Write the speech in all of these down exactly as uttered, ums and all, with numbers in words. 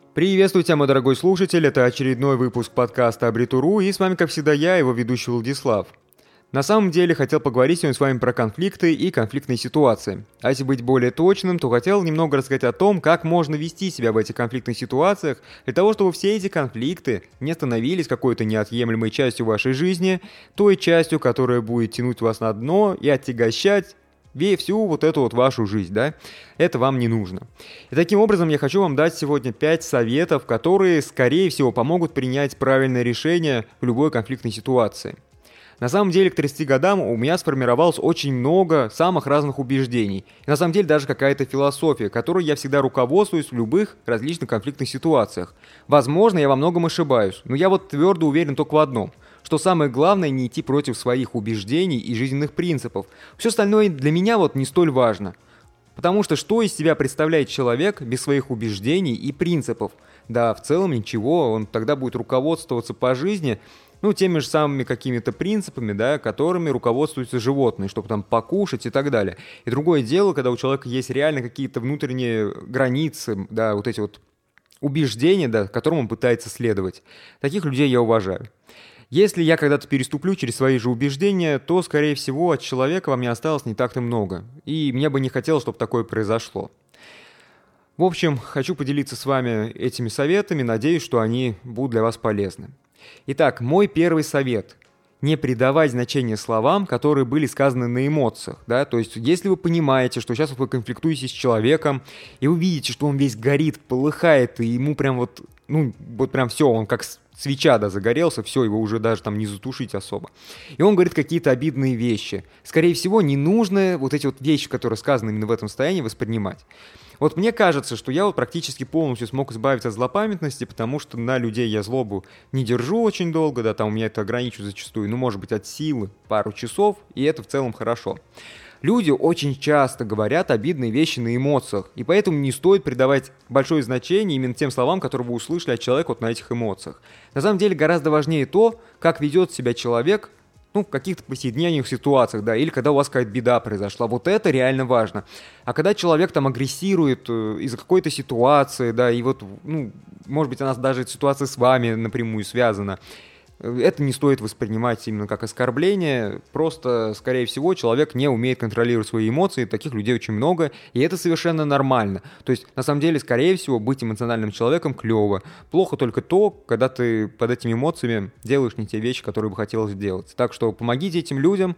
Приветствую тебя, мой дорогой слушатель, это очередной выпуск подкаста Абритуру, и с вами, как всегда, я, его ведущий Владислав. На самом деле, хотел поговорить сегодня с вами про конфликты и конфликтные ситуации. А если быть более точным, то хотел немного рассказать о том, как можно вести себя в этих конфликтных ситуациях, для того, чтобы все эти конфликты не становились какой-то неотъемлемой частью вашей жизни, той частью, которая будет тянуть вас на дно и отягощать всю вот эту вот вашу жизнь, да, это вам не нужно. И таким образом я хочу вам дать сегодня пять советов, которые, скорее всего, помогут принять правильное решение в любой конфликтной ситуации. На самом деле, к тридцати годам у меня сформировалось очень много самых разных убеждений. И на самом деле, даже какая-то философия, которой я всегда руководствуюсь в любых различных конфликтных ситуациях. Возможно, я во многом ошибаюсь, но я вот твердо уверен только в одном – что самое главное не идти против своих убеждений и жизненных принципов. Все остальное для меня вот не столь важно. Потому что что из себя представляет человек без своих убеждений и принципов? Да, в целом ничего, он тогда будет руководствоваться по жизни, ну, теми же самыми какими-то принципами, да, которыми руководствуются животные, чтобы там покушать и так далее. И другое дело, когда у человека есть реально какие-то внутренние границы, да, вот эти вот убеждения, да, которым он пытается следовать. Таких людей я уважаю. Если я когда-то переступлю через свои же убеждения, то, скорее всего, от человека во мне осталось не так-то много. И мне бы не хотелось, чтобы такое произошло. В общем, хочу поделиться с вами этими советами, надеюсь, что они будут для вас полезны. Итак, мой первый совет – не придавать значения словам, которые были сказаны на эмоциях. Да? То есть, если вы понимаете, что сейчас вы конфликтуете с человеком, и вы видите, что он весь горит, полыхает, и ему прям вот, ну, вот прям все, он как свеча, да, загорелся, все, его уже даже там не затушить особо. И он говорит какие-то обидные вещи. Скорее всего, не нужно вот эти вот вещи, которые сказаны именно в этом состоянии, воспринимать. Вот мне кажется, что я вот практически полностью смог избавиться от злопамятности, потому что на людей я злобу не держу очень долго, да, там у меня это ограничивает зачастую, ну, может быть, от силы пару часов, и это в целом хорошо. Люди очень часто говорят обидные вещи на эмоциях, и поэтому не стоит придавать большое значение именно тем словам, которые вы услышали от человека вот на этих эмоциях. На самом деле гораздо важнее то, как ведет себя человек, ну, в каких-то повседневных ситуациях, да, или когда у вас какая-то беда произошла. Вот это реально важно. А когда человек там агрессирует из-за какой-то ситуации, да, и вот, ну, может быть, она даже эта ситуация с вами напрямую связана, это не стоит воспринимать именно как оскорбление, просто, скорее всего, человек не умеет контролировать свои эмоции, таких людей очень много, и это совершенно нормально. То есть, на самом деле, скорее всего, быть эмоциональным человеком клево. Плохо только то, когда ты под этими эмоциями делаешь не те вещи, которые бы хотелось делать. Так что помогите этим людям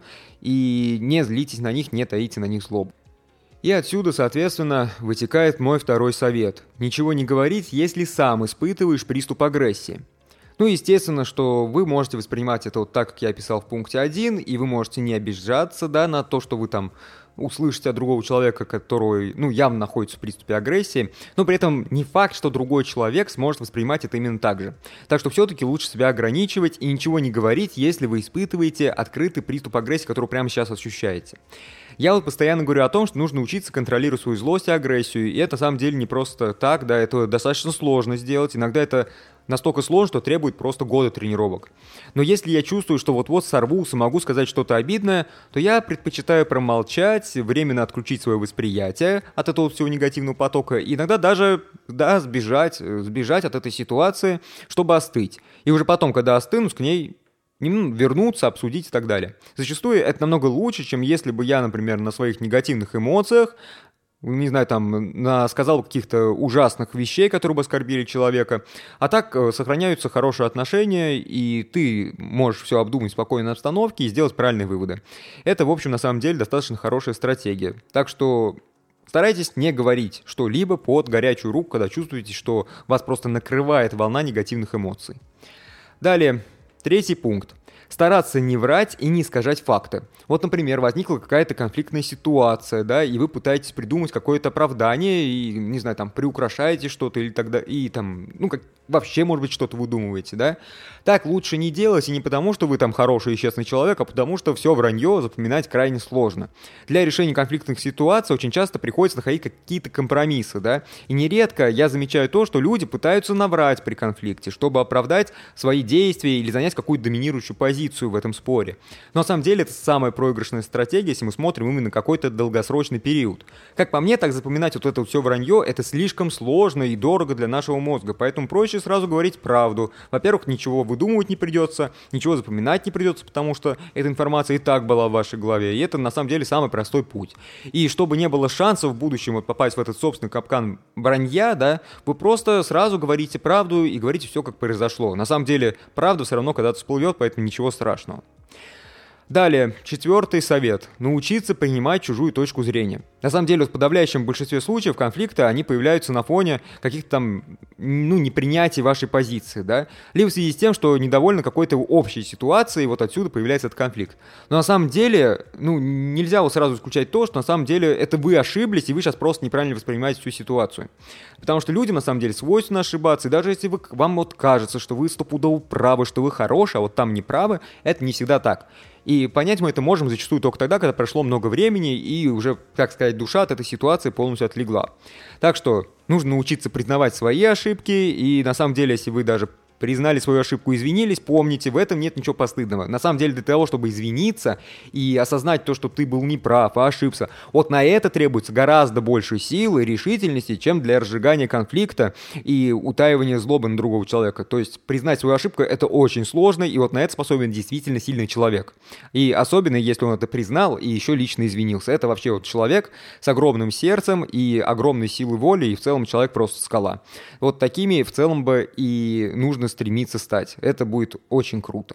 и не злитесь на них, не таите на них злобу. И отсюда, соответственно, вытекает мой второй совет. Ничего не говорить, если сам испытываешь приступ агрессии. Ну, естественно, что вы можете воспринимать это вот так, как я описал в пункте один, и вы можете не обижаться, да, на то, что вы там услышите от другого человека, который, ну, явно находится в приступе агрессии, но при этом не факт, что другой человек сможет воспринимать это именно так же. Так что все-таки лучше себя ограничивать и ничего не говорить, если вы испытываете открытый приступ агрессии, который прямо сейчас ощущаете. Я вот постоянно говорю о том, что нужно учиться контролировать свою злость и агрессию, и это на самом деле не просто так, да, это достаточно сложно сделать, иногда это настолько сложно, что требует просто года тренировок. Но если я чувствую, что вот-вот сорвусь и могу сказать что-то обидное, то я предпочитаю промолчать, временно отключить свое восприятие от этого всего негативного потока, и иногда даже, да, сбежать, сбежать от этой ситуации, чтобы остыть. И уже потом, когда остынусь, к ней вернуться, обсудить и так далее. Зачастую это намного лучше, чем если бы я, например, на своих негативных эмоциях, не знаю, там, на, сказал каких-то ужасных вещей, которые бы оскорбили человека, а так э, сохраняются хорошие отношения, и ты можешь все обдумать в спокойной обстановке и сделать правильные выводы. Это, в общем, на самом деле достаточно хорошая стратегия. Так что старайтесь не говорить что-либо под горячую руку, когда чувствуете, что вас просто накрывает волна негативных эмоций. Далее. Третий пункт. Стараться не врать и не искажать факты. Вот, например, возникла какая-то конфликтная ситуация, да, и вы пытаетесь придумать какое-то оправдание и, не знаю, там, приукрашаете что-то или тогда, и там, ну, как вообще, может быть, что-то выдумываете, да. Так лучше не делать, и не потому, что вы там хороший и честный человек, а потому, что все вранье запоминать крайне сложно. Для решения конфликтных ситуаций очень часто приходится находить какие-то компромиссы, да, и нередко я замечаю то, что люди пытаются наврать при конфликте, чтобы оправдать свои действия или занять какую-то доминирующую позицию. позицию в этом споре. Но на самом деле это самая проигрышная стратегия, если мы смотрим именно какой-то долгосрочный период. Как по мне, так запоминать вот это вот все вранье, это слишком сложно и дорого для нашего мозга, поэтому проще сразу говорить правду. Во-первых, ничего выдумывать не придется, ничего запоминать не придется, потому что эта информация и так была в вашей голове, и это на самом деле самый простой путь. И чтобы не было шансов в будущем вот попасть в этот собственный капкан вранья, да, вы просто сразу говорите правду и говорите все, как произошло. На самом деле, правда все равно когда-то всплывет, поэтому ничего страшного. Далее, четвертый совет. Научиться принимать чужую точку зрения. На самом деле, в подавляющем большинстве случаев конфликты, они появляются на фоне каких-то там, ну, непринятия вашей позиции, да, либо в связи с тем, что недовольны какой-то общей ситуацией, вот отсюда появляется этот конфликт. Но на самом деле, ну, нельзя вот сразу исключать то, что на самом деле это вы ошиблись, и вы сейчас просто неправильно воспринимаете всю ситуацию. Потому что людям, на самом деле, свойственно ошибаться, и даже если вы, вам вот кажется, что вы стопудово правы, что вы хороший, а вот там не правы, это не всегда так. И понять мы это можем зачастую только тогда, когда прошло много времени, и уже, так сказать, душа от этой ситуации полностью отлегла. Так что нужно научиться признавать свои ошибки, и на самом деле, если вы даже признали свою ошибку, извинились, помните, в этом нет ничего постыдного. На самом деле, для того, чтобы извиниться и осознать то, что ты был неправ, а ошибся, вот на это требуется гораздо больше силы и решительности, чем для разжигания конфликта и утаивания злобы на другого человека. То есть признать свою ошибку — это очень сложно, и вот на это способен действительно сильный человек. И особенно, если он это признал и еще лично извинился. Это вообще вот человек с огромным сердцем и огромной силой воли, и в целом человек просто скала. Вот такими в целом бы и нужно стремиться стать. Это будет очень круто.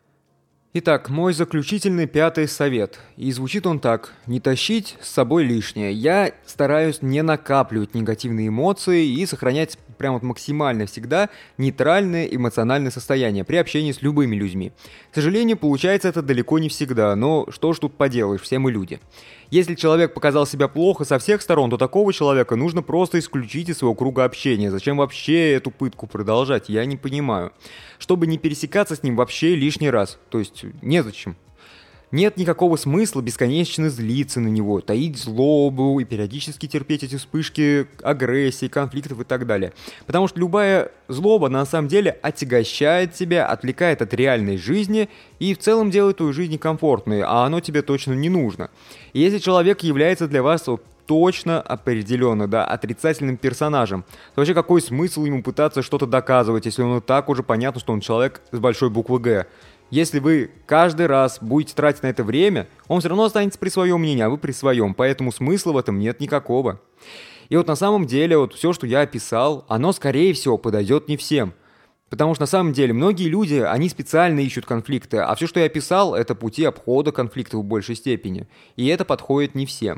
Итак, мой заключительный пятый совет. И звучит он так. Не тащить с собой лишнее. Я стараюсь не накапливать негативные эмоции и сохранять прям вот максимально всегда нейтральное эмоциональное состояние при общении с любыми людьми. К сожалению, получается это далеко не всегда, но что ж тут поделаешь, все мы люди. Если человек показал себя плохо со всех сторон, то такого человека нужно просто исключить из своего круга общения. Зачем вообще эту пытку продолжать, я не понимаю. Чтобы не пересекаться с ним вообще лишний раз. То есть незачем. Нет никакого смысла бесконечно злиться на него, таить злобу и периодически терпеть эти вспышки агрессии, конфликтов и так далее. Потому что любая злоба на самом деле отягощает тебя, отвлекает от реальной жизни и в целом делает твою жизнь некомфортной, а оно тебе точно не нужно. И если человек является для вас вот точно определенно, да, отрицательным персонажем, то вообще какой смысл ему пытаться что-то доказывать, если он и так уже понятно, что он человек с большой буквы «Г». Если вы каждый раз будете тратить на это время, он все равно останется при своем мнении, а вы при своем, поэтому смысла в этом нет никакого. И вот на самом деле вот все, что я описал, оно скорее всего подойдет не всем. Потому что на самом деле многие люди, они специально ищут конфликты, а все, что я описал, это пути обхода конфликтов в большей степени. И это подходит не всем.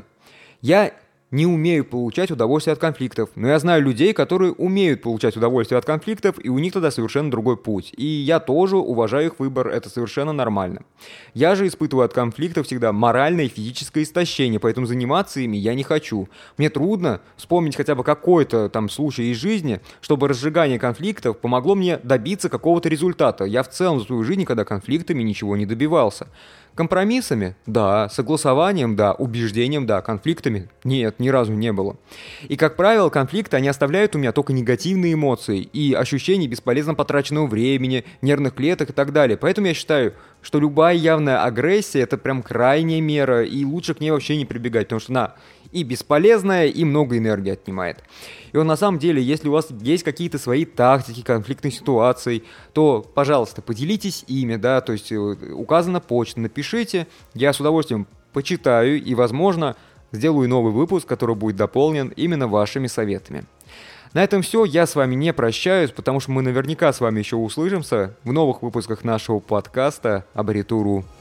Я не умею получать удовольствие от конфликтов, но я знаю людей, которые умеют получать удовольствие от конфликтов, и у них тогда совершенно другой путь. И я тоже уважаю их выбор, это совершенно нормально. Я же испытываю от конфликтов всегда моральное и физическое истощение, поэтому заниматься ими я не хочу. Мне трудно вспомнить хотя бы какой-то там случай из жизни, чтобы разжигание конфликтов помогло мне добиться какого-то результата. Я в целом за свою жизнь никогда конфликтами ничего не добивался. Компромиссами? Да. Согласованием? Да. Убеждением? Да. Конфликтами? Нет, ни разу не было. И, как правило, конфликты, они оставляют у меня только негативные эмоции и ощущение бесполезно потраченного времени, нервных клеток и так далее. Поэтому я считаю, что любая явная агрессия – это прям крайняя мера, и лучше к ней вообще не прибегать, потому что она и бесполезная, и много энергии отнимает. И вот на самом деле, если у вас есть какие-то свои тактики конфликтных ситуаций, то, пожалуйста, поделитесь ими, да, то есть указана почта, напишите, я с удовольствием почитаю и, возможно, сделаю новый выпуск, который будет дополнен именно вашими советами. На этом все, я с вами не прощаюсь, потому что мы наверняка с вами еще услышимся в новых выпусках нашего подкаста «Абритуру».